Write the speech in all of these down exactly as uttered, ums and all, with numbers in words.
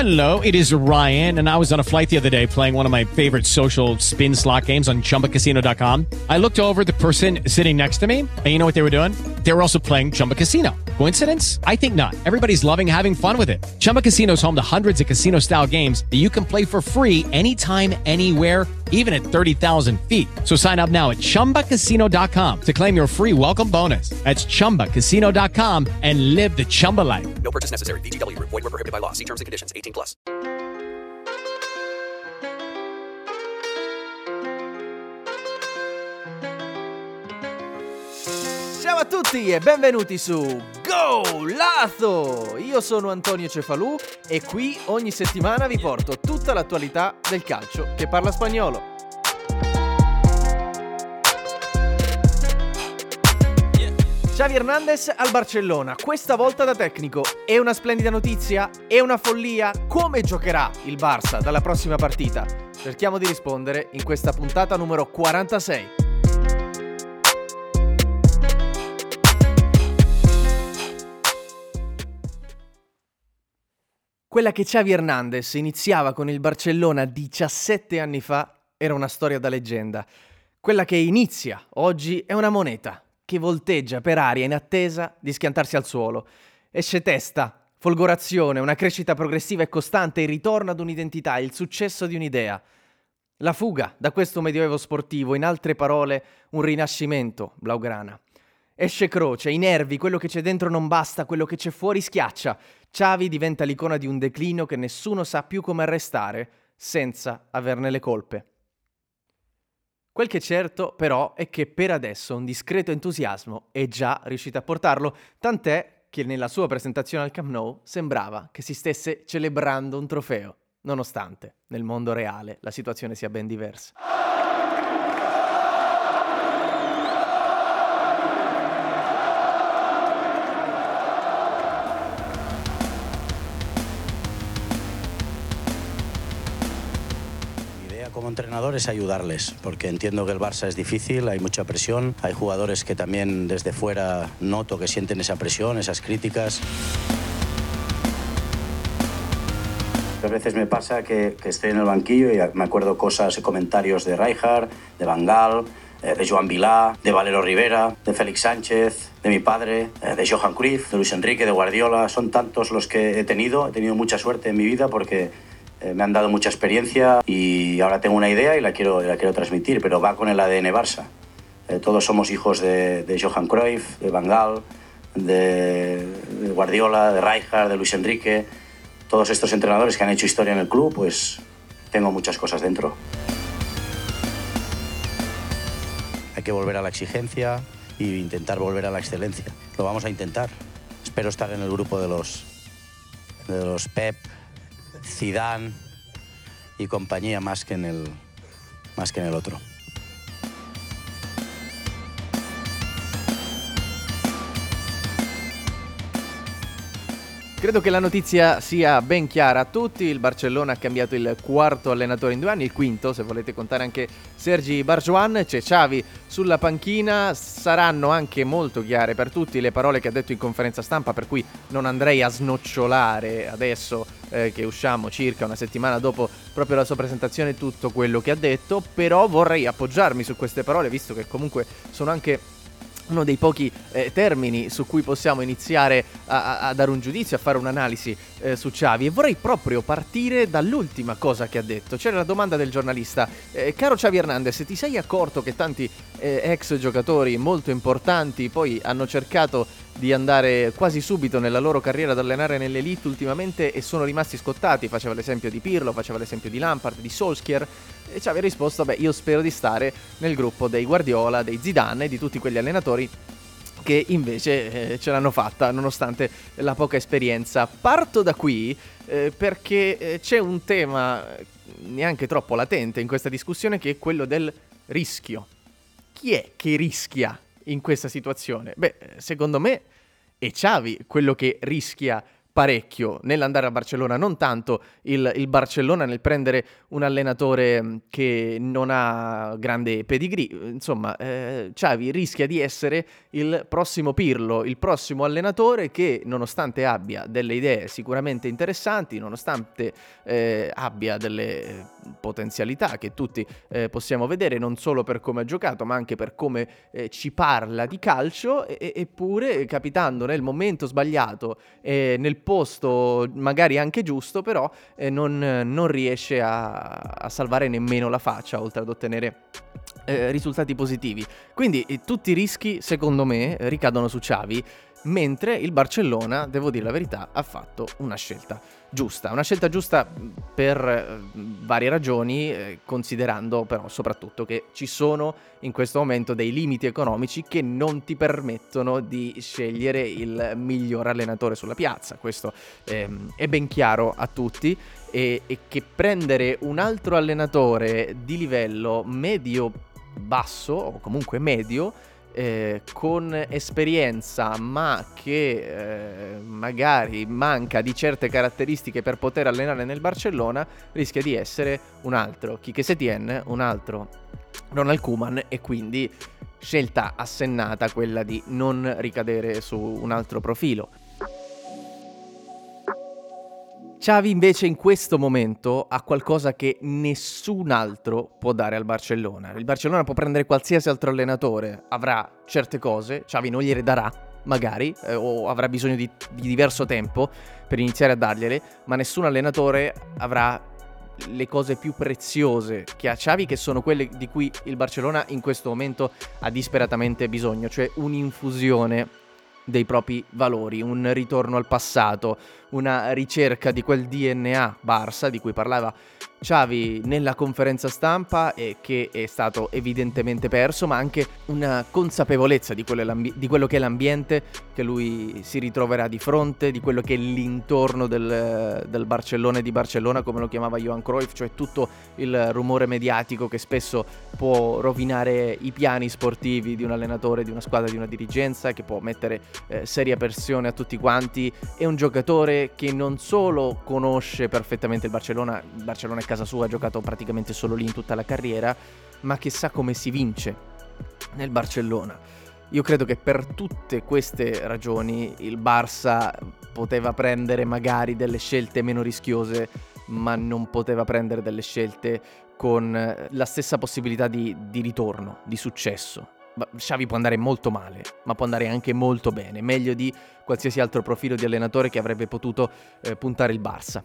Hello, it is Ryan, and I was on a flight the other day playing one of my favorite social spin slot games on Chumba Casino dot com. I looked over at the person sitting next to me, and you know what they were doing? They were also playing Chumba Casino. Coincidence? I think not. Everybody's loving having fun with it. Chumba Casino is home to hundreds of casino-style games that you can play for free anytime, anywhere, even at thirty thousand feet. So sign up now at Chumba Casino dot com to claim your free welcome bonus. That's Chumba Casino dot com and live the Chumba life. No purchase necessary. V G W. Void where prohibited by law. See terms and conditions. eighteen plus. Ciao a tutti e benvenuti su Go Lazo! Io sono Antonio Cefalù e qui ogni settimana vi porto tutta l'attualità del calcio che parla spagnolo. Xavi Hernandez al Barcellona, questa volta da tecnico. È una splendida notizia? È una follia? Come giocherà il Barça dalla prossima partita? Cerchiamo di rispondere in questa puntata numero quarantasei. Quella che Xavi Hernandez iniziava con il Barcellona diciassette anni fa era una storia da leggenda. Quella che inizia oggi è una moneta che volteggia per aria in attesa di schiantarsi al suolo. Esce testa, folgorazione, una crescita progressiva e costante, il ritorno ad un'identità, il successo di un'idea. La fuga da questo medioevo sportivo, in altre parole, un rinascimento blaugrana. Esce croce, i nervi, quello che c'è dentro non basta, quello che c'è fuori schiaccia. Xavi diventa l'icona di un declino che nessuno sa più come arrestare, senza averne le colpe. Quel che è certo, però, è che per adesso un discreto entusiasmo è già riuscito a portarlo, tant'è che nella sua presentazione al Camp Nou sembrava che si stesse celebrando un trofeo, nonostante nel mondo reale la situazione sia ben diversa. Como entrenador es ayudarles, porque entiendo que el Barça es difícil, hay mucha presión, hay jugadores que también desde fuera noto que sienten esa presión, esas críticas. A veces me pasa que, que estoy en el banquillo y me acuerdo cosas y comentarios de Rijkaard, de Van Gaal, eh, de Joan Vilá, de Valero Rivera, de Félix Sánchez, de mi padre, eh, de Johan Cruyff, de Luis Enrique, de Guardiola. Son tantos los que he tenido, he tenido mucha suerte en mi vida porque Eh, me han dado mucha experiencia y ahora tengo una idea y la quiero, la quiero transmitir, pero va con el A D N Barça. Eh, todos somos hijos de, de Johan Cruyff, de Van Gaal, de, de Guardiola, de Rijkaard, de Luis Enrique. Todos estos entrenadores que han hecho historia en el club, pues tengo muchas cosas dentro. Hay que volver a la exigencia e intentar volver a la excelencia. Lo vamos a intentar. Espero estar en el grupo de los, de los Pep, Zidane y compañía más que en el, más que en el otro. Credo che la notizia sia ben chiara a tutti. Il Barcellona ha cambiato il quarto allenatore in due anni, il quinto se volete contare anche Sergi Barjuan. C'è Xavi sulla panchina. Saranno anche molto chiare per tutti le parole che ha detto in conferenza stampa, per cui non andrei a snocciolare adesso eh, che usciamo circa una settimana dopo proprio la sua presentazione tutto quello che ha detto, però vorrei appoggiarmi su queste parole, visto che comunque sono anche uno dei pochi eh, termini su cui possiamo iniziare a, a, a dare un giudizio, a fare un'analisi eh, su Xavi, e vorrei proprio partire dall'ultima cosa che ha detto. C'era la domanda del giornalista: eh, caro Xavi Hernandez, ti sei accorto che tanti eh, ex giocatori molto importanti poi hanno cercato di andare quasi subito nella loro carriera ad allenare nell'elite ultimamente e sono rimasti scottati? Faceva l'esempio di Pirlo, faceva l'esempio di Lampard, di Solskjaer, e Xavi ha risposto: beh, io spero di stare nel gruppo dei Guardiola, dei Zidane e di tutti quegli allenatori che invece eh, ce l'hanno fatta nonostante la poca esperienza. Parto da qui eh, perché eh, c'è un tema neanche troppo latente in questa discussione, che è quello del rischio. Chi è che rischia in questa situazione? Beh, secondo me è Xavi quello che rischia parecchio nell'andare a Barcellona, non tanto il, il Barcellona nel prendere un allenatore che non ha grande pedigree. Insomma, eh, Xavi rischia di essere il prossimo Pirlo, il prossimo allenatore che, nonostante abbia delle idee sicuramente interessanti, nonostante eh, abbia delle potenzialità che tutti eh, possiamo vedere, non solo per come ha giocato ma anche per come eh, ci parla di calcio, e- eppure capitando nel momento sbagliato e nel posto magari anche giusto, però eh, non, non riesce a, a salvare nemmeno la faccia, oltre ad ottenere eh, risultati positivi. Quindi eh, tutti i rischi, secondo me, ricadono su Xavi, mentre il Barcellona, devo dire la verità, ha fatto una scelta giusta, una scelta giusta per eh, varie ragioni, eh, considerando però soprattutto che ci sono in questo momento dei limiti economici che non ti permettono di scegliere il miglior allenatore sulla piazza. Questo ehm, è ben chiaro a tutti, e, e che prendere un altro allenatore di livello medio-basso, o comunque medio, Eh, con esperienza ma che eh, magari manca di certe caratteristiche per poter allenare nel Barcellona, rischia di essere un altro Quique Setién, un altro Ronald Koeman, e quindi scelta assennata quella di non ricadere su un altro profilo. Xavi invece in questo momento ha qualcosa che nessun altro può dare al Barcellona. Il Barcellona può prendere qualsiasi altro allenatore, avrà certe cose, Xavi non gliele darà, magari, eh, o avrà bisogno di, di diverso tempo per iniziare a dargliele, ma nessun allenatore avrà le cose più preziose che ha Xavi, che sono quelle di cui il Barcellona in questo momento ha disperatamente bisogno, cioè un'infusione dei propri valori, un ritorno al passato, una ricerca di quel D N A Barça di cui parlava Xavi nella conferenza stampa e che è stato evidentemente perso, ma anche una consapevolezza di quello, di quello che è l'ambiente che lui si ritroverà di fronte, di quello che è l'intorno del, del Barcellona e di Barcellona, come lo chiamava Johan Cruyff, cioè tutto il rumore mediatico che spesso può rovinare i piani sportivi di un allenatore, di una squadra, di una dirigenza, che può mettere eh, seria pressione a tutti quanti. È un giocatore che non solo conosce perfettamente il Barcellona, il Barcellona è casa sua, ha giocato praticamente solo lì in tutta la carriera, ma che sa come si vince nel Barcellona. Io credo che per tutte queste ragioni il Barça poteva prendere magari delle scelte meno rischiose, ma non poteva prendere delle scelte con la stessa possibilità di, di ritorno, di successo. Xavi può andare molto male, ma può andare anche molto bene, meglio di qualsiasi altro profilo di allenatore che avrebbe potuto eh, puntare il Barça.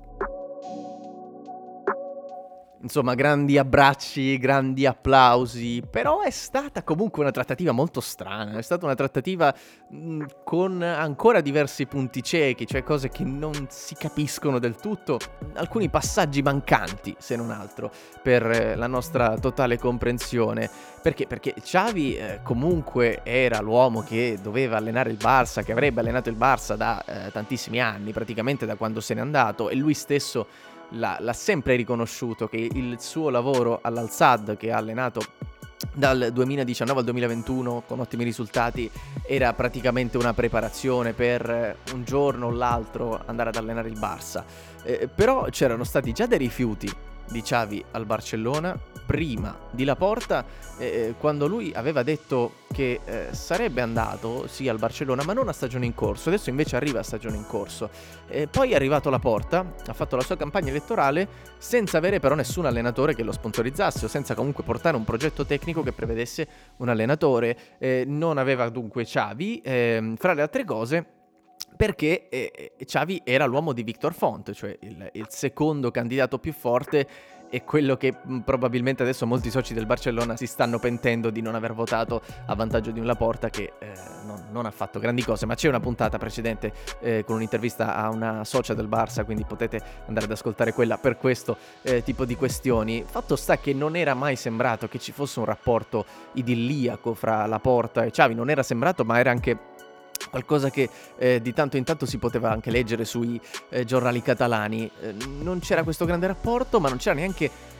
Insomma, grandi abbracci, grandi applausi, però è stata comunque una trattativa molto strana, è stata una trattativa mh, con ancora diversi punti ciechi, cioè cose che non si capiscono del tutto, alcuni passaggi mancanti, se non altro, per eh, la nostra totale comprensione. Perché? Perché Xavi eh, comunque era l'uomo che doveva allenare il Barça, che avrebbe allenato il Barça da eh, tantissimi anni, praticamente da quando se n'è andato, e lui stesso L'ha, l'ha sempre riconosciuto che il suo lavoro all'Al-Sadd, che ha allenato dal duemiladiciannove al duemilaventuno con ottimi risultati, era praticamente una preparazione per un giorno o l'altro andare ad allenare il Barça. Eh, però c'erano stati già dei rifiuti di Xavi al Barcellona prima di Laporta, eh, quando lui aveva detto che eh, sarebbe andato sì al Barcellona, ma non a stagione in corso. Adesso invece arriva a stagione in corso. Eh, poi è arrivato Laporta, ha fatto la sua campagna elettorale senza avere però nessun allenatore che lo sponsorizzasse, o senza comunque portare un progetto tecnico che prevedesse un allenatore. Eh, non aveva dunque Xavi, eh, fra le altre cose perché eh, Xavi era l'uomo di Victor Font, cioè il, il secondo candidato più forte, e quello che mh, probabilmente adesso molti soci del Barcellona si stanno pentendo di non aver votato a vantaggio di un Laporta che eh, non, non ha fatto grandi cose. Ma c'è una puntata precedente eh, con un'intervista a una socia del Barça, quindi potete andare ad ascoltare quella per questo eh, tipo di questioni. Fatto sta che non era mai sembrato che ci fosse un rapporto idilliaco fra Laporta e Xavi, non era sembrato, ma era anche qualcosa che eh, di tanto in tanto si poteva anche leggere sui eh, giornali catalani. Eh, non c'era questo grande rapporto, ma non c'era neanche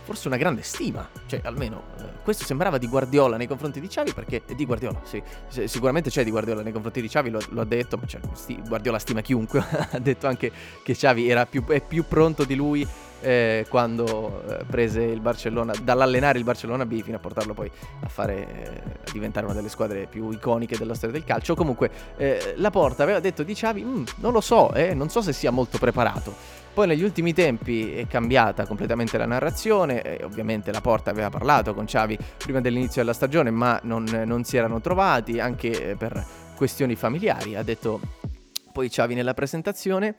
forse una grande stima, cioè almeno eh, questo sembrava di Guardiola nei confronti di Xavi, perché di Guardiola, sì, s- sicuramente c'è di Guardiola nei confronti di Xavi, lo, lo ha detto, ma cioè, sti- Guardiola stima chiunque, ha detto anche che Xavi era più, è più pronto di lui eh, quando eh, prese il Barcellona, dall'allenare il Barcellona B fino a portarlo poi a fare eh, a diventare una delle squadre più iconiche della storia del calcio. Comunque eh, Laporta aveva detto di Xavi, "Mm, non lo so, eh, non so se sia molto preparato". Poi negli ultimi tempi è cambiata completamente la narrazione, e ovviamente Laporta aveva parlato con Xavi prima dell'inizio della stagione, ma non, non si erano trovati, anche per questioni familiari, ha detto poi Xavi nella presentazione.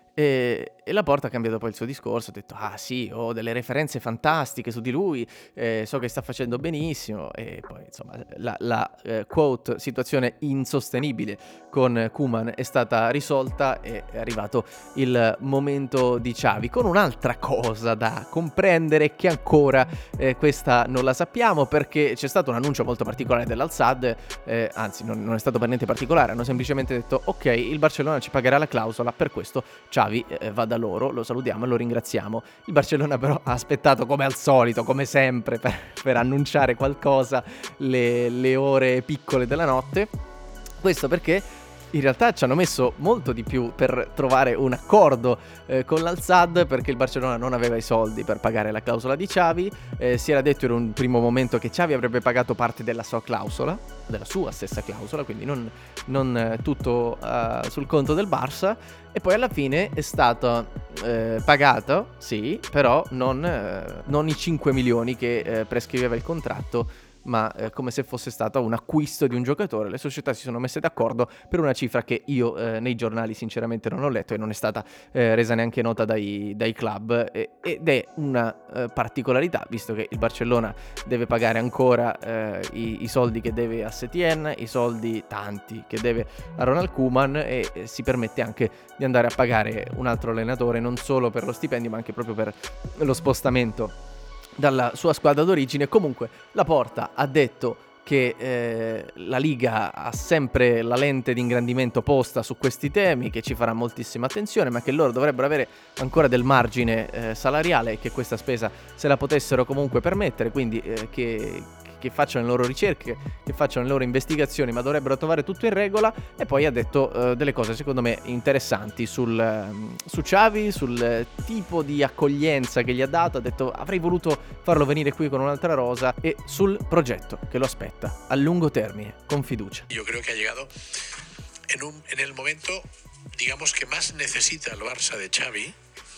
E, e Laporta ha cambiato poi il suo discorso, ha detto ah sì, ho delle referenze fantastiche su di lui, eh, so che sta facendo benissimo, e poi insomma la, la eh, quote situazione insostenibile con Koeman è stata risolta e è arrivato il momento di Xavi con un'altra cosa da comprendere che ancora eh, questa non la sappiamo, perché c'è stato un annuncio molto particolare dell'Al-Sadd, eh, anzi non, non è stato per niente particolare, hanno semplicemente detto ok, il Barcellona ci pagherà la clausola, per questo Xavi Eh, va da loro, lo salutiamo e lo ringraziamo. Il Barcellona però ha aspettato come al solito, come sempre, per, per annunciare qualcosa le, le ore piccole della notte. Questo perché in realtà ci hanno messo molto di più per trovare un accordo eh, con l'Al-Sadd, perché il Barcellona non aveva i soldi per pagare la clausola di Xavi. Eh, si era detto in un primo momento che Xavi avrebbe pagato parte della sua clausola, della sua stessa clausola, quindi non, non eh, tutto uh, sul conto del Barça, e poi alla fine è stato eh, pagato, sì, però non, eh, non i cinque milioni che eh, prescriveva il contratto, ma eh, come se fosse stato un acquisto di un giocatore. Le società si sono messe d'accordo per una cifra che io eh, nei giornali sinceramente non ho letto e non è stata eh, resa neanche nota dai, dai club, e, ed è una eh, particolarità, visto che il Barcellona deve pagare ancora eh, i, i soldi che deve a Setien, i soldi tanti che deve a Ronald Koeman, e, e si permette anche di andare a pagare un altro allenatore non solo per lo stipendio ma anche proprio per lo spostamento dalla sua squadra d'origine. Comunque Laporta ha detto che eh, la Liga ha sempre la lente di ingrandimento posta su questi temi, che ci farà moltissima attenzione, ma che loro dovrebbero avere ancora del margine eh, salariale e che questa spesa se la potessero comunque permettere, quindi eh, che, che facciano le loro ricerche, che facciano le loro investigazioni, ma dovrebbero trovare tutto in regola. E poi ha detto eh, delle cose secondo me interessanti sul, eh, su Xavi, sul eh, tipo di accoglienza che gli ha dato. Ha detto avrei voluto farlo venire qui con un'altra rosa, e sul progetto che lo aspetta a lungo termine, con fiducia. Yo creo que ha llegado en, un, en el momento, digamos, que más necesita el Barça de Xavi.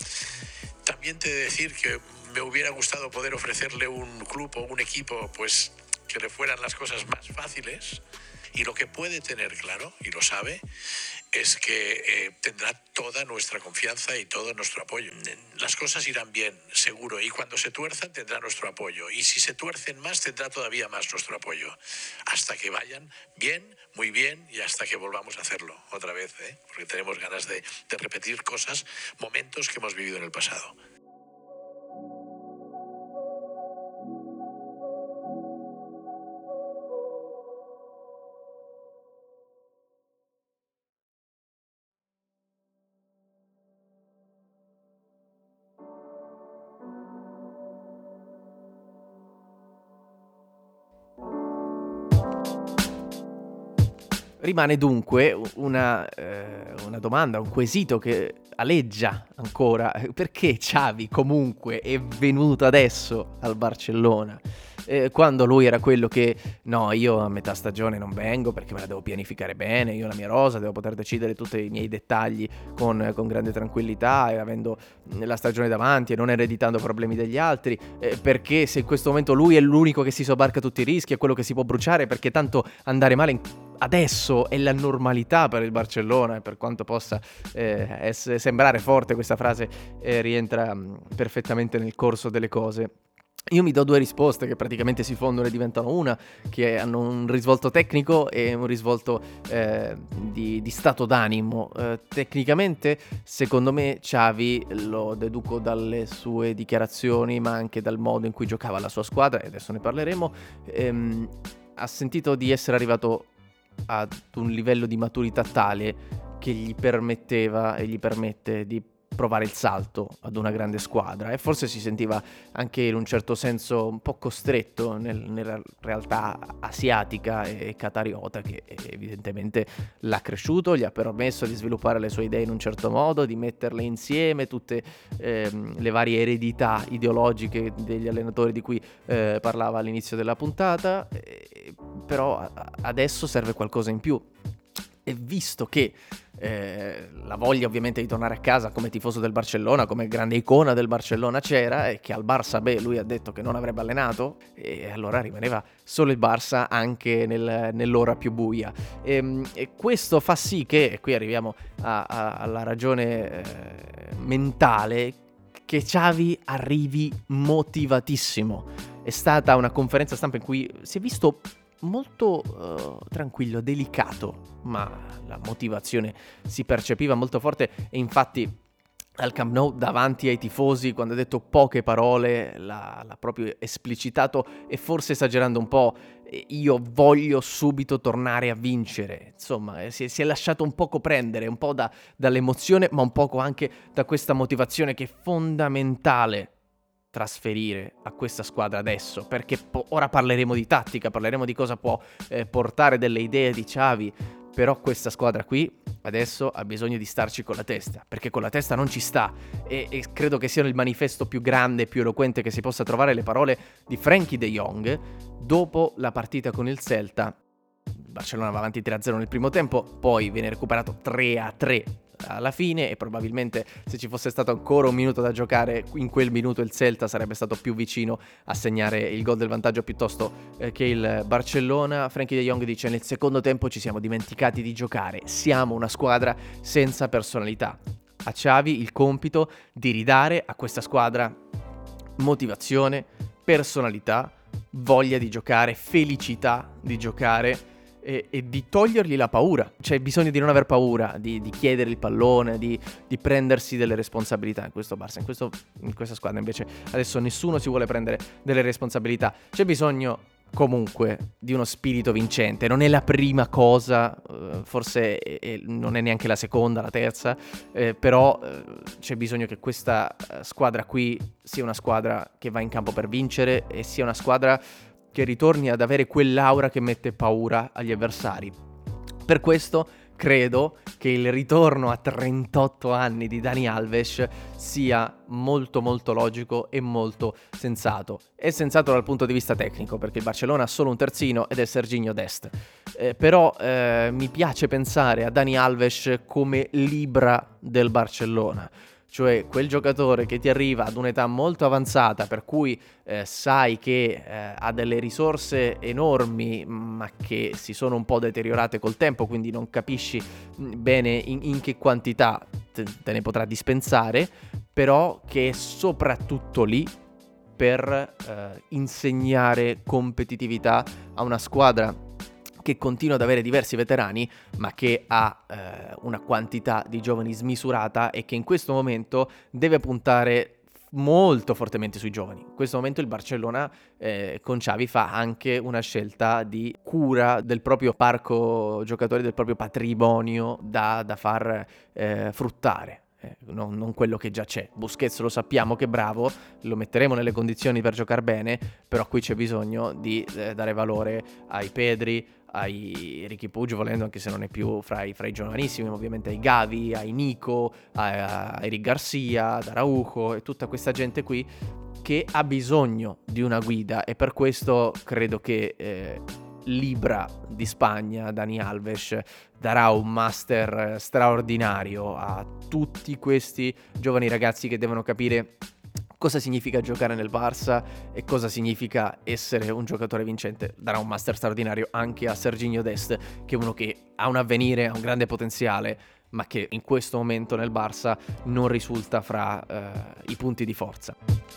También te he de decir que me hubiera gustado poder ofrecerle un club o un equipo pues que le fueran las cosas más fáciles, y lo que puede tener claro, y lo sabe, es que eh, tendrá toda nuestra confianza y todo nuestro apoyo. Las cosas irán bien, seguro, y cuando se tuerzan tendrá nuestro apoyo, y si se tuercen más tendrá todavía más nuestro apoyo, hasta que vayan bien, muy bien, y hasta que volvamos a hacerlo otra vez, ¿eh? Porque tenemos ganas de, de repetir cosas, momentos que hemos vivido en el pasado. Rimane dunque una, eh, una domanda, un quesito che aleggia ancora: perché Xavi comunque è venuto adesso al Barcellona, eh, quando lui era quello che no, io a metà stagione non vengo perché me la devo pianificare bene, io la mia rosa devo poter decidere tutti i miei dettagli con, con grande tranquillità, e avendo la stagione davanti e non ereditando problemi degli altri, eh, perché se in questo momento lui è l'unico che si sobbarca tutti i rischi, è quello che si può bruciare, perché tanto andare male in adesso è la normalità per il Barcellona, e per quanto possa eh, essere, sembrare forte questa frase, eh, rientra mh, perfettamente nel corso delle cose. Io mi do due risposte che praticamente si fondono e diventano una, che hanno un risvolto tecnico e un risvolto eh, di, di stato d'animo. Eh, tecnicamente, secondo me, Xavi, lo deduco dalle sue dichiarazioni, ma anche dal modo in cui giocava la sua squadra, e adesso ne parleremo, ehm, ha sentito di essere arrivato ad un livello di maturità tale che gli permetteva e gli permette di provare il salto ad una grande squadra e forse si sentiva anche in un certo senso un po' costretto nel, nella realtà asiatica e catariota che evidentemente l'ha cresciuto, gli ha permesso di sviluppare le sue idee in un certo modo, di metterle insieme, tutte ehm, le varie eredità ideologiche degli allenatori di cui eh, parlava all'inizio della puntata, eh, però a- adesso serve qualcosa in più. E visto che eh, la voglia ovviamente di tornare a casa come tifoso del Barcellona, come grande icona del Barcellona c'era, e che al Barça, beh, lui ha detto che non avrebbe allenato, e allora rimaneva solo il Barça anche nel, nell'ora più buia. E, e questo fa sì che, e qui arriviamo a, a, alla ragione eh, mentale, che Xavi arrivi motivatissimo. È stata una conferenza stampa in cui si è visto molto uh, tranquillo, delicato, ma la motivazione si percepiva molto forte e infatti al Camp Nou davanti ai tifosi, quando ha detto poche parole, l'ha, l'ha proprio esplicitato e forse esagerando un po', io voglio subito tornare a vincere. Insomma, si è, si è lasciato un poco prendere, un po' da, dall'emozione, ma un poco anche da questa motivazione che è fondamentale trasferire a questa squadra adesso, perché po- ora parleremo di tattica, parleremo di cosa può eh, portare delle idee di Xavi, però questa squadra qui adesso ha bisogno di starci con la testa, perché con la testa non ci sta, e, e credo che siano il manifesto più grande e più eloquente che si possa trovare le parole di Frenkie de Jong dopo la partita con il Celta. Barcellona va avanti tre a zero nel primo tempo, poi viene recuperato tre a tre alla fine e probabilmente se ci fosse stato ancora un minuto da giocare, in quel minuto il Celta sarebbe stato più vicino a segnare il gol del vantaggio piuttosto eh, che il Barcellona. Frenkie de Jong dice: nel secondo tempo ci siamo dimenticati di giocare, siamo una squadra senza personalità. A Xavi il compito di ridare a questa squadra motivazione, personalità, voglia di giocare, felicità di giocare e, e di togliergli la paura. C'è bisogno di non aver paura, di, di chiedere il pallone, di, di prendersi delle responsabilità in questo Barça, in, questo, in questa squadra invece adesso nessuno si vuole prendere delle responsabilità. C'è bisogno comunque di uno spirito vincente, non è la prima cosa, eh, forse è, è, non è neanche la seconda, la terza, eh, però eh, c'è bisogno che questa eh, squadra qui sia una squadra che va in campo per vincere e sia una squadra che ritorni ad avere quell'aura che mette paura agli avversari. Per questo credo che il ritorno a trentotto anni di Dani Alves sia molto molto logico e molto sensato. È sensato dal punto di vista tecnico, perché il Barcellona ha solo un terzino ed è Serginho Dest. Eh, però eh, mi piace pensare a Dani Alves come libra del Barcellona. Cioè quel giocatore che ti arriva ad un'età molto avanzata, per cui eh, sai che eh, ha delle risorse enormi ma che si sono un po' deteriorate col tempo, quindi non capisci bene in, in che quantità te, te ne potrà dispensare, però che è soprattutto lì per eh, insegnare competitività a una squadra che continua ad avere diversi veterani, ma che ha eh, una quantità di giovani smisurata e che in questo momento deve puntare molto fortemente sui giovani. In questo momento il Barcellona eh, con Xavi fa anche una scelta di cura del proprio parco giocatori, del proprio patrimonio da, da far eh, fruttare. Eh, non, non quello che già c'è. Busquets lo sappiamo che è bravo, lo metteremo nelle condizioni per giocare bene, però qui c'è bisogno di eh, dare valore ai Pedri, ai Riqui Puig, volendo, anche se non è più fra i, fra i giovanissimi, ovviamente ai Gavi, ai Nico, a, a Eric Garcia, ad Araujo e tutta questa gente qui che ha bisogno di una guida, e per questo credo che eh, Libra di Spagna, Dani Alves, darà un master straordinario a tutti questi giovani ragazzi che devono capire cosa significa giocare nel Barça e cosa significa essere un giocatore vincente. Darà un master straordinario anche a Serginho Dest, che è uno che ha un avvenire, ha un grande potenziale, ma che in questo momento nel Barça non risulta fra eh, i punti di forza.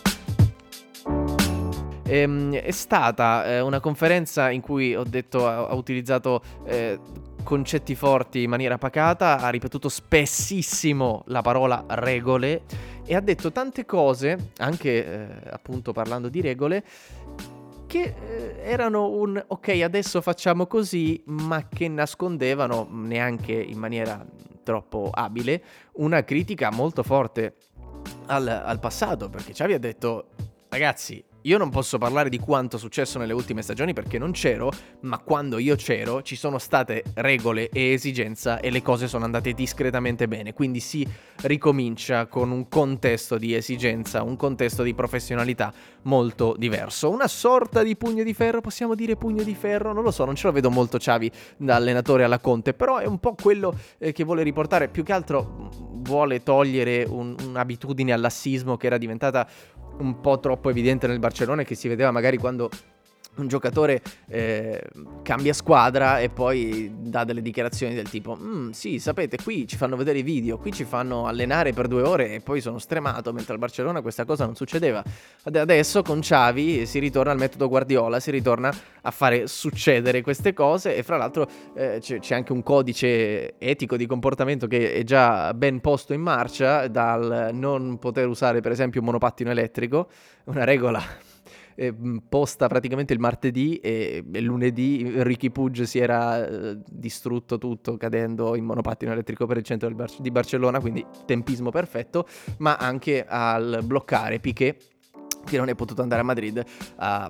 Ehm, è stata eh, una conferenza in cui ho detto, ha, ha utilizzato eh, concetti forti in maniera pacata, ha ripetuto spessissimo la parola regole e ha detto tante cose, anche eh, appunto parlando di regole, che eh, erano un ok, adesso facciamo così, ma che nascondevano, neanche in maniera troppo abile, una critica molto forte al, al passato, perché Xavi ha detto: ragazzi, io non posso parlare di quanto è successo nelle ultime stagioni perché non c'ero, ma quando io c'ero ci sono state regole e esigenza e le cose sono andate discretamente bene, quindi si ricomincia con un contesto di esigenza, un contesto di professionalità molto diverso. Una sorta di pugno di ferro, possiamo dire pugno di ferro? Non lo so, non ce lo vedo molto Xavi da allenatore alla Conte, però è un po' quello eh, che vuole riportare, più che altro vuole togliere un, un'abitudine al lassismo che era diventata un po' troppo evidente nel Barcellona, che si vedeva magari quando un giocatore eh, cambia squadra e poi dà delle dichiarazioni del tipo mm, sì, sapete, qui ci fanno vedere i video, qui ci fanno allenare per due ore e poi sono stremato, mentre al Barcellona questa cosa non succedeva. Adesso con Xavi si ritorna al metodo Guardiola, si ritorna a fare succedere queste cose e fra l'altro eh, c'è, c'è anche un codice etico di comportamento che è già ben posto in marcia, dal non poter usare per esempio un monopattino elettrico, una regola Eh, posta praticamente il martedì, e, e lunedì Ricky Puig si era eh, distrutto tutto cadendo in monopattino elettrico per il centro del Bar- di Barcellona, quindi tempismo perfetto, ma anche al bloccare Piqué, che non è potuto andare a Madrid a,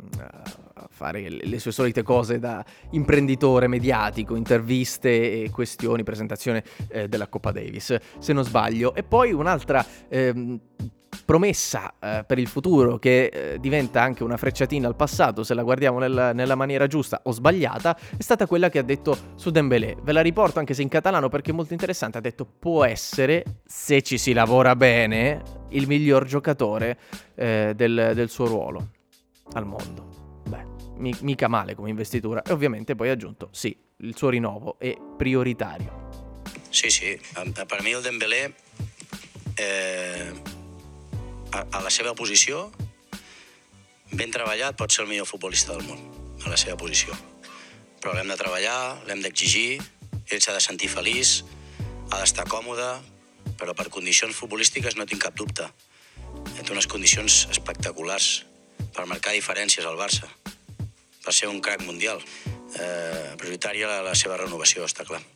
a fare le sue solite cose da imprenditore mediatico, interviste e questioni, presentazione eh, della Coppa Davis, se non sbaglio. E poi un'altra ehm, promessa eh, per il futuro che eh, diventa anche una frecciatina al passato, se la guardiamo nel, nella maniera giusta o sbagliata, è stata quella che ha detto su Dembélé. Ve la riporto anche se in catalano perché è molto interessante. Ha detto: può essere, se ci si lavora bene, il miglior giocatore eh, del, del suo ruolo al mondo. Beh, mi, mica male come investitura. E ovviamente poi ha aggiunto: sì, il suo rinnovo è prioritario. Sì, sì, per mi il Dembélé eh... a la seva posició, ben treballat, pot ser el millor futbolista del món, a la seva posició. Però l'hem de treballar, l'hem d'exigir, ell s'ha de sentir feliç, ha d'estar còmode, però per condicions futbolístiques no tinc cap dubte. Té unes condicions espectaculars per marcar diferències al Barça, per ser un crack mundial. Eh, prioritària la, la seva renovació, està clar.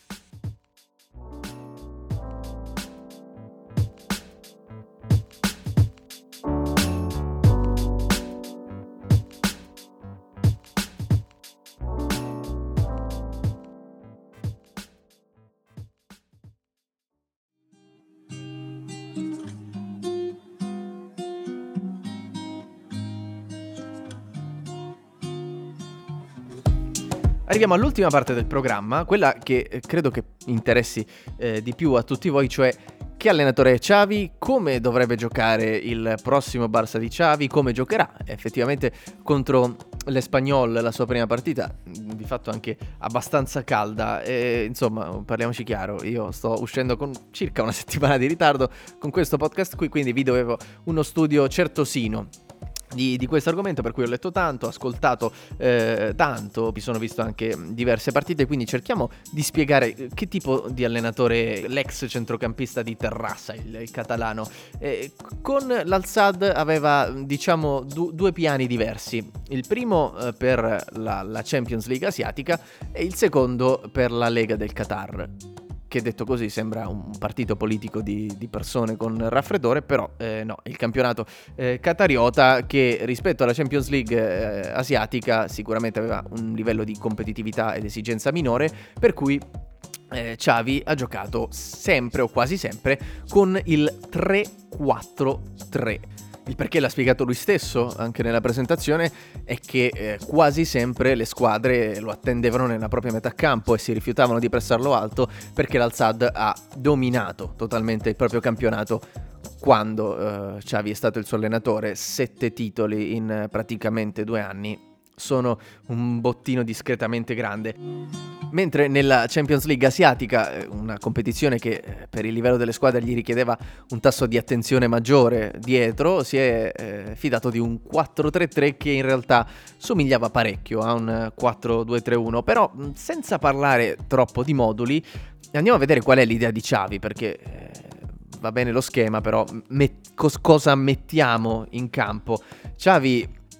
Arriviamo all'ultima parte del programma, quella che credo che interessi eh, di più a tutti voi, cioè che allenatore è Xavi, come dovrebbe giocare il prossimo Barça di Xavi, come giocherà effettivamente contro l'Espanyol la sua prima partita, di fatto anche abbastanza calda, e insomma parliamoci chiaro, io sto uscendo con circa una settimana di ritardo con questo podcast qui, quindi vi dovevo uno studio certosino Di, di questo argomento, per cui ho letto tanto, ascoltato eh, tanto, mi sono visto anche diverse partite, quindi cerchiamo di spiegare che tipo di allenatore l'ex centrocampista di Terrassa, il, il catalano. Eh, con l'Al-Sadd aveva diciamo du- due piani diversi, il primo eh, per la, la Champions League asiatica e il secondo per la Lega del Qatar, che detto così sembra un partito politico di, di persone con raffreddore, però eh, no, il campionato eh, qatariota, che rispetto alla Champions League eh, asiatica sicuramente aveva un livello di competitività ed esigenza minore, per cui eh, Xavi ha giocato sempre o quasi sempre con il tre quattro tre. Il perché l'ha spiegato lui stesso anche nella presentazione, è che eh, quasi sempre le squadre lo attendevano nella propria metà campo e si rifiutavano di pressarlo alto, perché l'Al-Sadd ha dominato totalmente il proprio campionato quando eh, Xavi è stato il suo allenatore. Sette titoli in eh, praticamente due anni sono un bottino discretamente grande. Mentre nella Champions League asiatica, una competizione che per il livello delle squadre gli richiedeva un tasso di attenzione maggiore dietro, si è eh, fidato di un quattro tre tre che in realtà somigliava parecchio a un quattro due tre uno. Però senza parlare troppo di moduli, andiamo a vedere qual è l'idea di Xavi, perché eh, va bene lo schema, però met- cos- cosa mettiamo in campo? Xavi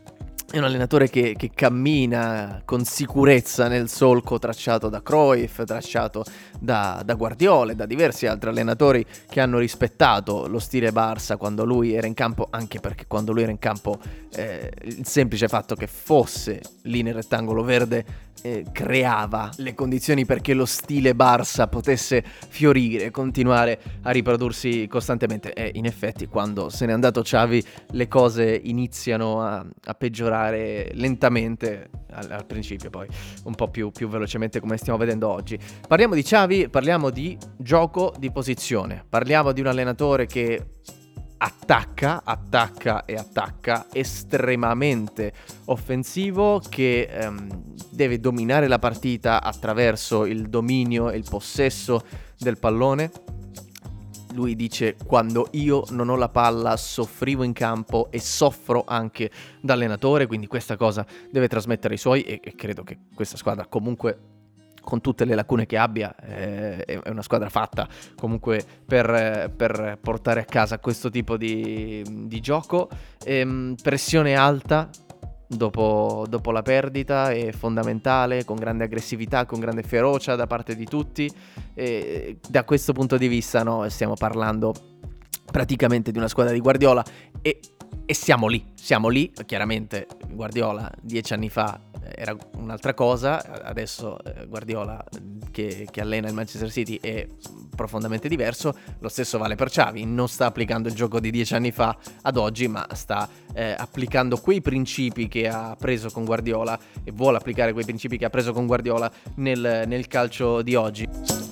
È un allenatore che, che cammina con sicurezza nel solco tracciato da Cruyff, tracciato da, da Guardiola e da diversi altri allenatori che hanno rispettato lo stile Barça quando lui era in campo, anche perché quando lui era in campo eh, il semplice fatto che fosse lì nel rettangolo verde eh, creava le condizioni perché lo stile Barça potesse fiorire, continuare a riprodursi costantemente. E in effetti quando se n'è andato Xavi le cose iniziano a, a peggiorare lentamente al, al principio, poi un po' più, più velocemente come stiamo vedendo oggi. Parliamo di Xavi, parliamo di gioco di posizione, parliamo di un allenatore che attacca, attacca e attacca, estremamente offensivo, che ehm, deve dominare la partita attraverso il dominio e il possesso del pallone. Lui dice: quando io non ho la palla soffrivo in campo e soffro anche da allenatore, quindi questa cosa deve trasmettere ai suoi e, e credo che questa squadra comunque, con tutte le lacune che abbia, eh, è una squadra fatta comunque per, per portare a casa questo tipo di, di gioco. Ehm, pressione alta dopo, dopo la perdita è fondamentale, con grande aggressività, con grande ferocia da parte di tutti, e da questo punto di vista no, stiamo parlando praticamente di una squadra di Guardiola e, e siamo lì, siamo lì. Chiaramente Guardiola dieci anni fa era un'altra cosa, adesso Guardiola che, che allena il Manchester City è profondamente diverso. Lo stesso vale per Xavi, non sta applicando il gioco di dieci anni fa ad oggi, ma sta eh, applicando quei principi che ha preso con Guardiola e vuole applicare quei principi che ha preso con Guardiola nel, nel calcio di oggi.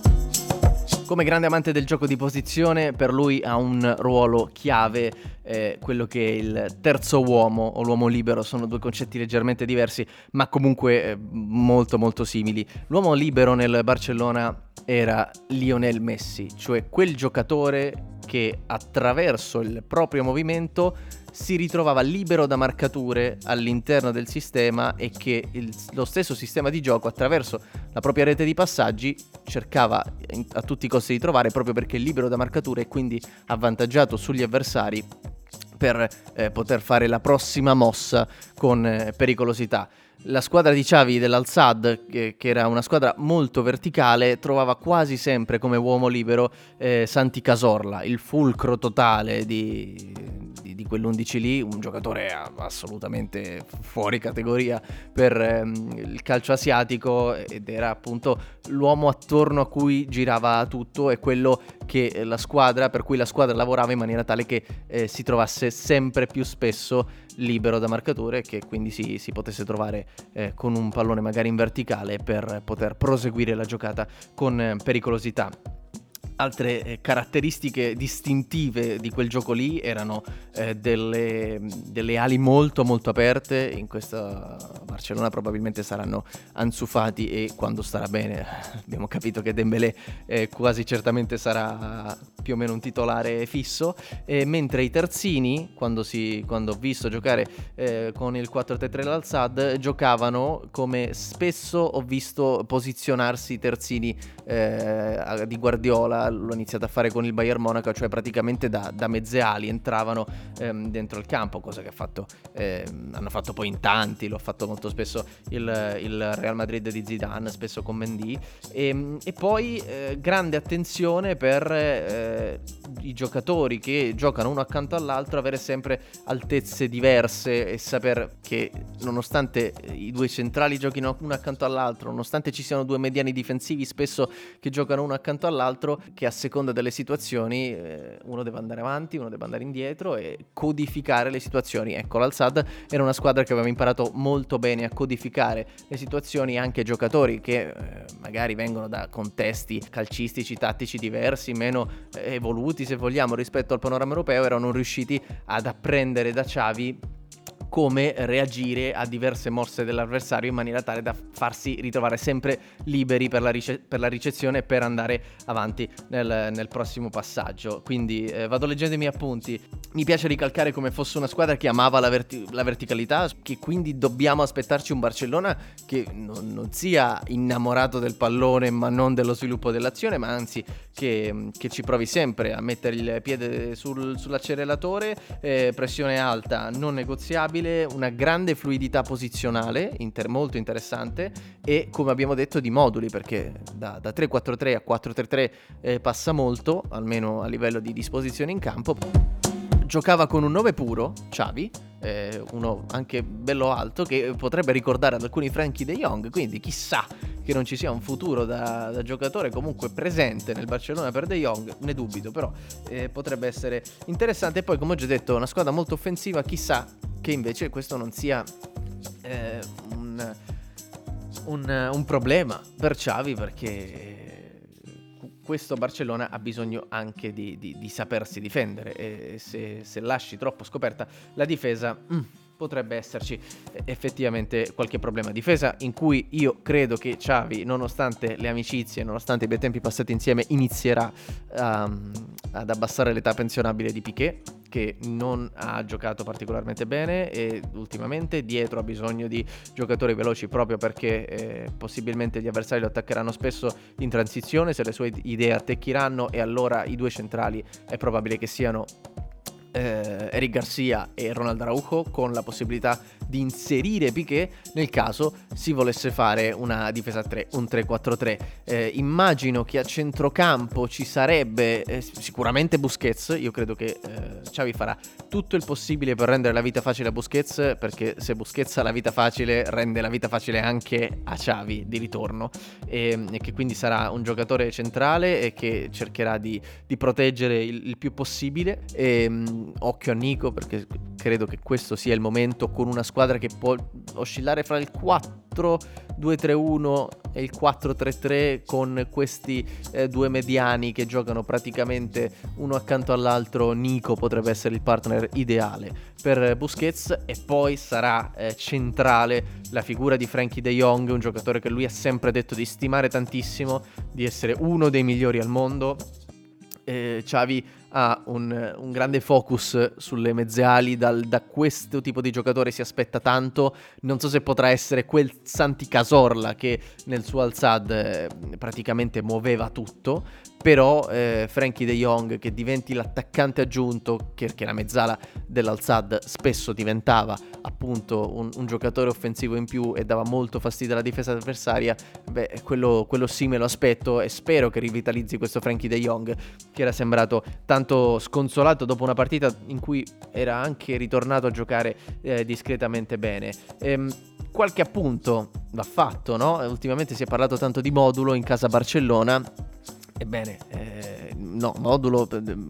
Come grande amante del gioco di posizione, per lui ha un ruolo chiave, eh, quello che è il terzo uomo o l'uomo libero. Sono due concetti leggermente diversi, ma comunque eh, molto molto simili. L'uomo libero nel Barcellona era Lionel Messi, cioè quel giocatore che attraverso il proprio movimento si ritrovava libero da marcature all'interno del sistema e che il, lo stesso sistema di gioco, attraverso la propria rete di passaggi, cercava a tutti i costi di trovare, proprio perché è libero da marcature e quindi avvantaggiato sugli avversari per eh, poter fare la prossima mossa con eh, pericolosità. La squadra di Xavi dell'Al-Sadd, che, che era una squadra molto verticale, trovava quasi sempre come uomo libero eh, Santi Cazorla, il fulcro totale di, di, di quell'undici lì, un giocatore assolutamente fuori categoria per ehm, il calcio asiatico, ed era appunto l'uomo attorno a cui girava tutto e quello che la squadra, per cui la squadra lavorava in maniera tale che eh, si trovasse sempre più spesso libero da marcature e che quindi si, si potesse trovare eh, con un pallone magari in verticale per poter proseguire la giocata con eh, pericolosità. Altre eh, caratteristiche distintive di quel gioco lì erano eh, delle, delle ali molto molto aperte. In questa Barcellona probabilmente saranno Ansu Fati e, quando starà bene, abbiamo capito che Dembélé eh, quasi certamente sarà più o meno un titolare fisso, eh, mentre i terzini, quando, si, quando ho visto giocare eh, con il quattro tre tre l'Al-Sadd, giocavano come spesso ho visto posizionarsi i terzini eh, di Guardiola. L'ho iniziato a fare con il Bayern Monaco, cioè praticamente da, da mezze ali entravano ehm, dentro il campo, cosa che ha fatto, ehm, hanno fatto poi in tanti, l'ho fatto molto spesso il, il Real Madrid di Zidane, spesso con Mendy, e, e poi eh, grande attenzione per eh, i giocatori che giocano uno accanto all'altro, avere sempre altezze diverse e saper che nonostante i due centrali giochino uno accanto all'altro, nonostante ci siano due mediani difensivi spesso che giocano uno accanto all'altro, che a seconda delle situazioni eh, uno deve andare avanti, uno deve andare indietro e codificare le situazioni. Ecco, l'Al-Sadd era una squadra che aveva imparato molto bene a codificare le situazioni, anche giocatori che eh, magari vengono da contesti calcistici, tattici diversi, meno eh, evoluti se vogliamo rispetto al panorama europeo, erano riusciti ad apprendere da Xavi come reagire a diverse mosse dell'avversario in maniera tale da farsi ritrovare sempre liberi per la, rice- per la ricezione e per andare avanti nel, nel prossimo passaggio. Quindi eh, vado leggendo i miei appunti. Mi piace ricalcare come fosse una squadra che amava la, verti- la verticalità, che quindi dobbiamo aspettarci un Barcellona che non, non sia innamorato del pallone ma non dello sviluppo dell'azione, ma anzi che, che ci provi sempre a mettere il piede sul, sull'acceleratore, eh, pressione alta non negoziabile, stabile, una grande fluidità posizionale, inter- molto interessante, e come abbiamo detto di moduli, perché da, da tre quattro tre a quattro tre tre eh, passa molto, almeno a livello di disposizione in campo. Giocava con un nove puro, Xavi, eh, uno anche bello alto, che potrebbe ricordare ad alcuni Frenkie de Jong, quindi chissà che non ci sia un futuro da, da giocatore comunque presente nel Barcellona per De Jong, ne dubito, però eh, potrebbe essere interessante. E poi, come ho già detto, una squadra molto offensiva, chissà che invece questo non sia eh, un, un, un problema per Xavi, perché questo Barcellona ha bisogno anche di, di, di sapersi difendere, e se, se lasci troppo scoperta la difesa mm, potrebbe esserci effettivamente qualche problema. Difesa in cui io credo che Xavi, nonostante le amicizie, nonostante i bei tempi passati insieme, inizierà um, ad abbassare l'età pensionabile di Piqué, che non ha giocato particolarmente bene, e ultimamente dietro ha bisogno di giocatori veloci, proprio perché eh, possibilmente gli avversari lo attaccheranno spesso in transizione, se le sue idee attecchiranno, e allora i due centrali è probabile che siano eh, Eric Garcia e Ronald Araujo, con la possibilità di inserire Piqué nel caso si volesse fare una difesa a tre, un tre quattro tre. Eh, immagino che a centrocampo ci sarebbe eh, sicuramente Busquets. Io credo che eh, Xavi farà tutto il possibile per rendere la vita facile a Busquets, perché se Busquets ha la vita facile, rende la vita facile anche a Xavi di ritorno, e, e che quindi sarà un giocatore centrale e che cercherà di, di proteggere il, il più possibile. E, mh, occhio a Nico, perché credo che questo sia il momento, con una squadra che può oscillare fra il quattro due tre uno e il quattro tre tre, con questi eh, due mediani che giocano praticamente uno accanto all'altro. Nico potrebbe essere il partner ideale per Busquets, e poi sarà eh, centrale la figura di Frenkie de Jong, un giocatore che lui ha sempre detto di stimare tantissimo, di essere uno dei migliori al mondo. Eh, Xavi ha un, un grande focus sulle mezze ali, dal, da questo tipo di giocatore si aspetta tanto. Non so se potrà essere quel Santi Cazorla che nel suo Al Sadd eh, praticamente muoveva tutto, però eh, Frenkie de Jong che diventi l'attaccante aggiunto, che, che la mezzala dell'Al Sadd spesso diventava appunto un, un giocatore offensivo in più e dava molto fastidio alla difesa avversaria, beh, quello, quello sì me lo aspetto, e spero che rivitalizzi questo Frenkie de Jong, che era sembrato tanto sconsolato dopo una partita in cui era anche ritornato a giocare eh, discretamente bene. Ehm, qualche appunto va fatto, no? Ultimamente si è parlato tanto di modulo in casa Barcellona. Ebbene, eh, no, modulo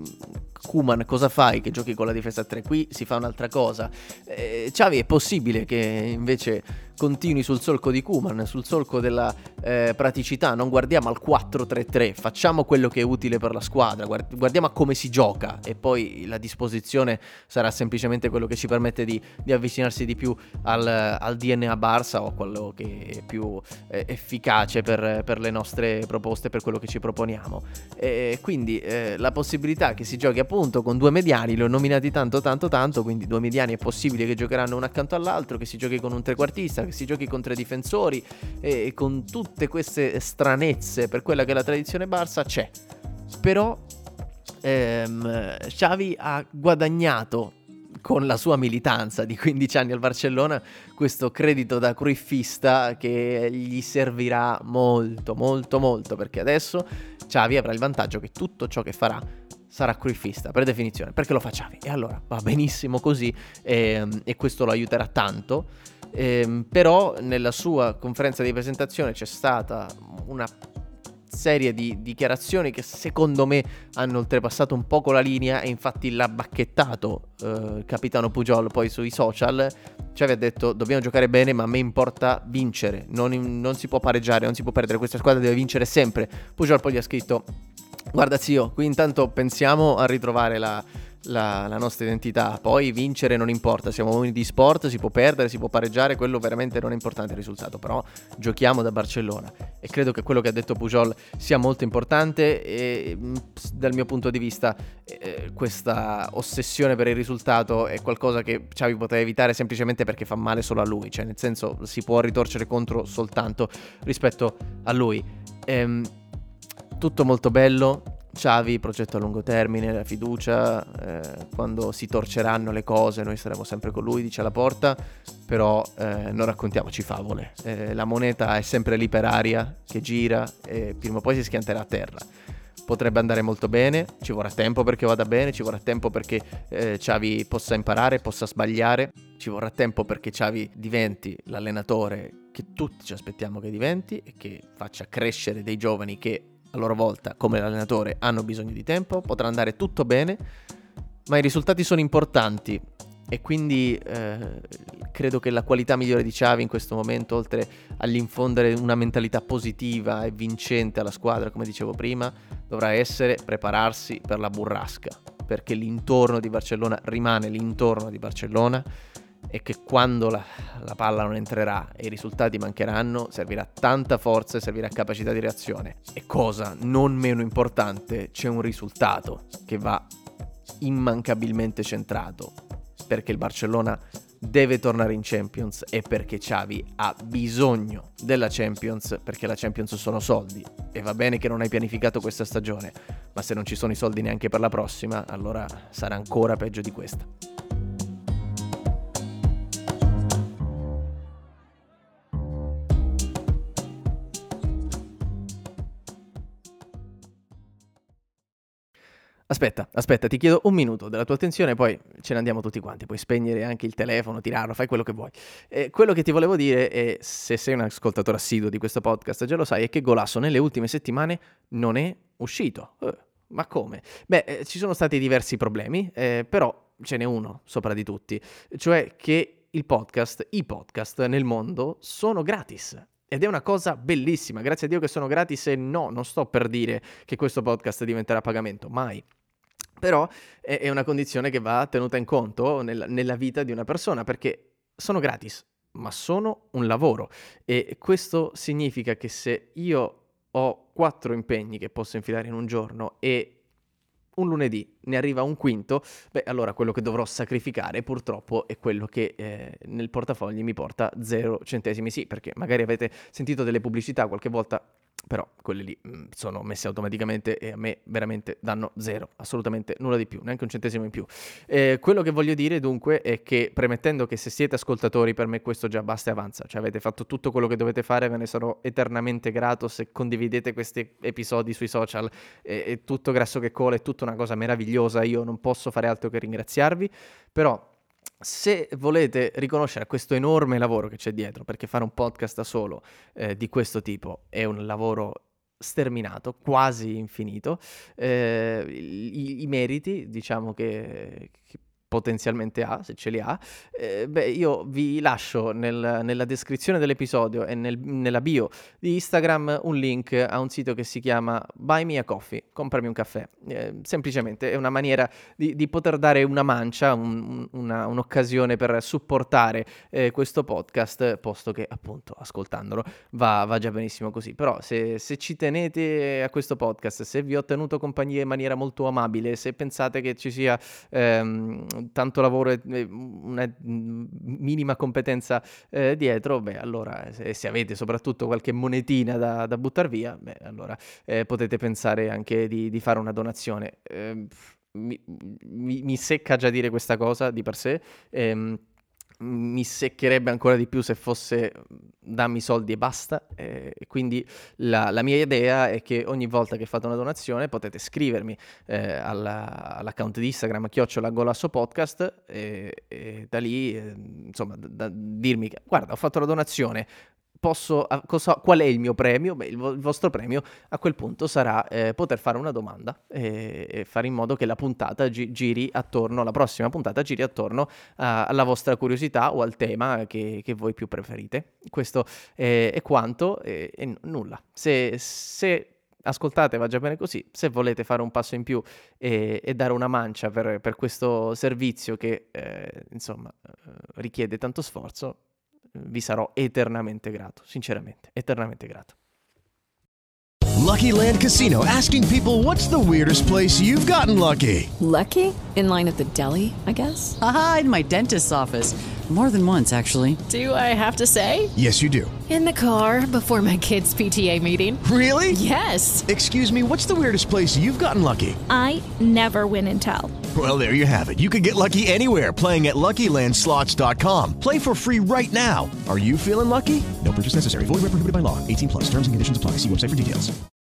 Koeman, cosa fai che giochi con la difesa a tre? Qui si fa un'altra cosa. eh, Xavi è possibile che invece continui sul solco di Koeman, sul solco della eh, praticità. Non guardiamo al quattro tre tre, facciamo quello che è utile per la squadra, guard- guardiamo a come si gioca, e poi la disposizione sarà semplicemente quello che ci permette di, di avvicinarsi di più al, al D N A Barça, o quello che è più eh, efficace per, per le nostre proposte, per quello che ci proponiamo. E quindi eh, la possibilità che si giochi appunto con due mediani, li ho nominati tanto tanto tanto, quindi due mediani è possibile che giocheranno uno accanto all'altro, che si giochi con un trequartista, che si giochi con tre difensori, e con tutte queste stranezze per quella che è la tradizione Barça c'è. Però ehm, Xavi ha guadagnato con la sua militanza di quindici anni al Barcellona questo credito da cruiffista che gli servirà molto molto molto, perché adesso Xavi avrà il vantaggio che tutto ciò che farà sarà cruiffista per definizione, perché lo fa Xavi, e allora va benissimo così, e, e questo lo aiuterà tanto. E, però nella sua conferenza di presentazione c'è stata una serie di dichiarazioni che secondo me hanno oltrepassato un poco la linea, e infatti l'ha bacchettato eh, il capitano Pujol poi sui social. Cioè aveva detto: dobbiamo giocare bene, ma a me importa vincere, non, non si può pareggiare, non si può perdere, questa squadra deve vincere sempre. Pujol poi gli ha scritto: guarda zio, qui intanto pensiamo a ritrovare la, la, la nostra identità, poi vincere non importa, siamo uomini di sport, si può perdere, si può pareggiare, quello veramente non è importante il risultato, però giochiamo da Barcellona. E credo che quello che ha detto Pujol sia molto importante, e dal mio punto di vista eh, questa ossessione per il risultato è qualcosa che Xavi poteva evitare, semplicemente perché fa male solo a lui, cioè nel senso si può ritorcere contro soltanto rispetto a lui. ehm Tutto molto bello, Xavi, progetto a lungo termine, la fiducia, eh, quando si torceranno le cose noi saremo sempre con lui, dice Laporta, però eh, non raccontiamoci favole, eh, la moneta è sempre lì per aria, che gira e prima o poi si schianterà a terra. Potrebbe andare molto bene, ci vorrà tempo perché vada bene, ci vorrà tempo perché eh, Xavi possa imparare, possa sbagliare, ci vorrà tempo perché Xavi diventi l'allenatore che tutti ci aspettiamo che diventi e che faccia crescere dei giovani che a loro volta, come l'allenatore, hanno bisogno di tempo. Potrà andare tutto bene, ma i risultati sono importanti e quindi eh, credo che la qualità migliore di Xavi in questo momento, oltre all'infondere una mentalità positiva e vincente alla squadra, come dicevo prima, dovrà essere prepararsi per la burrasca, perché l'intorno di Barcellona rimane l'intorno di Barcellona e che quando la, la palla non entrerà e i risultati mancheranno servirà tanta forza e servirà capacità di reazione. E cosa non meno importante, c'è un risultato che va immancabilmente centrato, perché il Barcellona deve tornare in Champions e perché Xavi ha bisogno della Champions, perché la Champions sono soldi e va bene che non hai pianificato questa stagione, ma se non ci sono i soldi neanche per la prossima, allora sarà ancora peggio di questa. Aspetta, aspetta, ti chiedo un minuto della tua attenzione, poi ce ne andiamo tutti quanti. Puoi spegnere anche il telefono, tirarlo, fai quello che vuoi. Eh, quello che ti volevo dire, è, se sei un ascoltatore assiduo di questo podcast, già lo sai, è che Golasso nelle ultime settimane non è uscito. Eh, ma come? Beh, eh, ci sono stati diversi problemi, eh, però ce n'è uno sopra di tutti, cioè che il podcast, i podcast nel mondo sono gratis. Ed è una cosa bellissima, grazie a Dio che sono gratis e no, non sto per dire che questo podcast diventerà a pagamento, mai. Però è, è una condizione che va tenuta in conto nella, nella vita di una persona, perché sono gratis, ma sono un lavoro. E questo significa che se io ho quattro impegni che posso infilare in un giorno e un lunedì ne arriva un quinto, beh, allora quello che dovrò sacrificare purtroppo è quello che eh, nel portafogli mi porta zero centesimi. Sì, perché magari avete sentito delle pubblicità qualche volta, però quelle lì mh, sono messe automaticamente e a me veramente danno zero, assolutamente nulla di più, neanche un centesimo in più. Eh, quello che voglio dire dunque è che, premettendo che se siete ascoltatori per me questo già basta e avanza, cioè avete fatto tutto quello che dovete fare, ve ne sarò eternamente grato se condividete questi episodi sui social, è, è tutto grasso che cola, è tutta una cosa meravigliosa, io non posso fare altro che ringraziarvi, però se volete riconoscere questo enorme lavoro che c'è dietro, perché fare un podcast da solo eh, di questo tipo è un lavoro sterminato, quasi infinito, eh, i, i meriti, diciamo che, che potenzialmente ha, se ce li ha, eh, beh, io vi lascio nel, nella descrizione dell'episodio e nel, nella bio di Instagram un link a un sito che si chiama Buy Me a Coffee, comprami un caffè. Eh, semplicemente è una maniera di, di poter dare una mancia, un, una, un'occasione per supportare eh, questo podcast, posto che appunto ascoltandolo va, va già benissimo così. Però se, se ci tenete a questo podcast, se vi ho tenuto compagnia in maniera molto amabile, se pensate che ci sia ehm, tanto lavoro e una minima competenza eh, dietro, beh, allora se, se avete soprattutto qualche monetina da, da buttar via, beh, allora eh, potete pensare anche di, di fare una donazione. Eh, mi, mi, mi secca già dire questa cosa di per sé, ehm, mi seccherebbe ancora di più se fosse dammi soldi e basta, e eh, quindi la, la mia idea è che ogni volta che fate una donazione potete scrivermi eh, alla, all'account di Instagram chiocciola Golasso Podcast e, e da lì eh, insomma da, da dirmi che guarda ho fatto la donazione, posso, cosa, qual è il mio premio? Beh, il, vo- il vostro premio a quel punto sarà eh, poter fare una domanda e, e fare in modo che la puntata gi- giri attorno, la prossima puntata giri attorno a, alla vostra curiosità o al tema che, che voi più preferite. Questo è, è quanto e, e n- nulla. Se, se ascoltate va già bene così, se volete fare un passo in più e, e dare una mancia per, per questo servizio che eh, insomma eh, richiede tanto sforzo, vi sarò eternamente grato, sinceramente, eternamente grato. Lucky Land Casino, asking people, what's the weirdest place you've gotten lucky? Lucky? In line at the deli, I guess? Aha, in my dentist's office. More than once, actually. Do I have to say? Yes, you do. In the car before my kids' P T A meeting. Really? Yes. Excuse me, what's the weirdest place you've gotten lucky? I never win and tell. Well, there you have it. You can get lucky anywhere, playing at Lucky Land Slots dot com. Play for free right now. Are you feeling lucky? No purchase necessary. Void where prohibited by law. eighteen plus. Terms and conditions apply. See website for details.